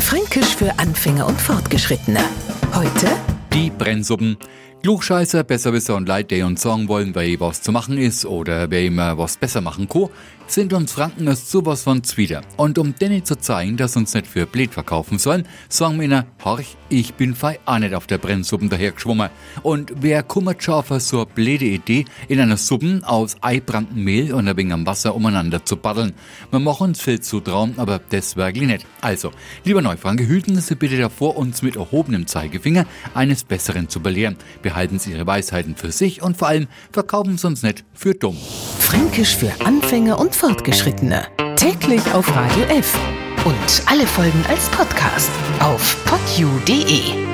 Fränkisch für Anfänger und Fortgeschrittene. Heute die Brennsuppen. Klugscheißer, Besserwisser und Leute, die uns sagen wollen, wer was zu machen ist oder wer immer was besser machen kann, sind uns Franken erst sowas von zwider. Und um denen zu zeigen, dass uns nicht für blöd verkaufen sollen, sagen wir ihnen, horch, ich bin fei auch nicht auf der Brennsuppen dahergeschwommen. Und wer kümmert schon auf so eine blöde Idee, in einer Suppen aus eibrannten Mehl und ein wenig am Wasser umeinander zu paddeln? Wir machen uns viel zutrauen, aber das wirklich nicht. Also, lieber Neufranke, hüten Sie bitte davor, uns mit erhobenem Zeigefinger eines Besseren zu belehren. Behalten Sie Ihre Weisheiten für sich und vor allem verkaufen Sie uns nicht für dumm. Fränkisch für Anfänger und Fortgeschrittene. Täglich auf Radio F. Und alle Folgen als Podcast auf podu.de.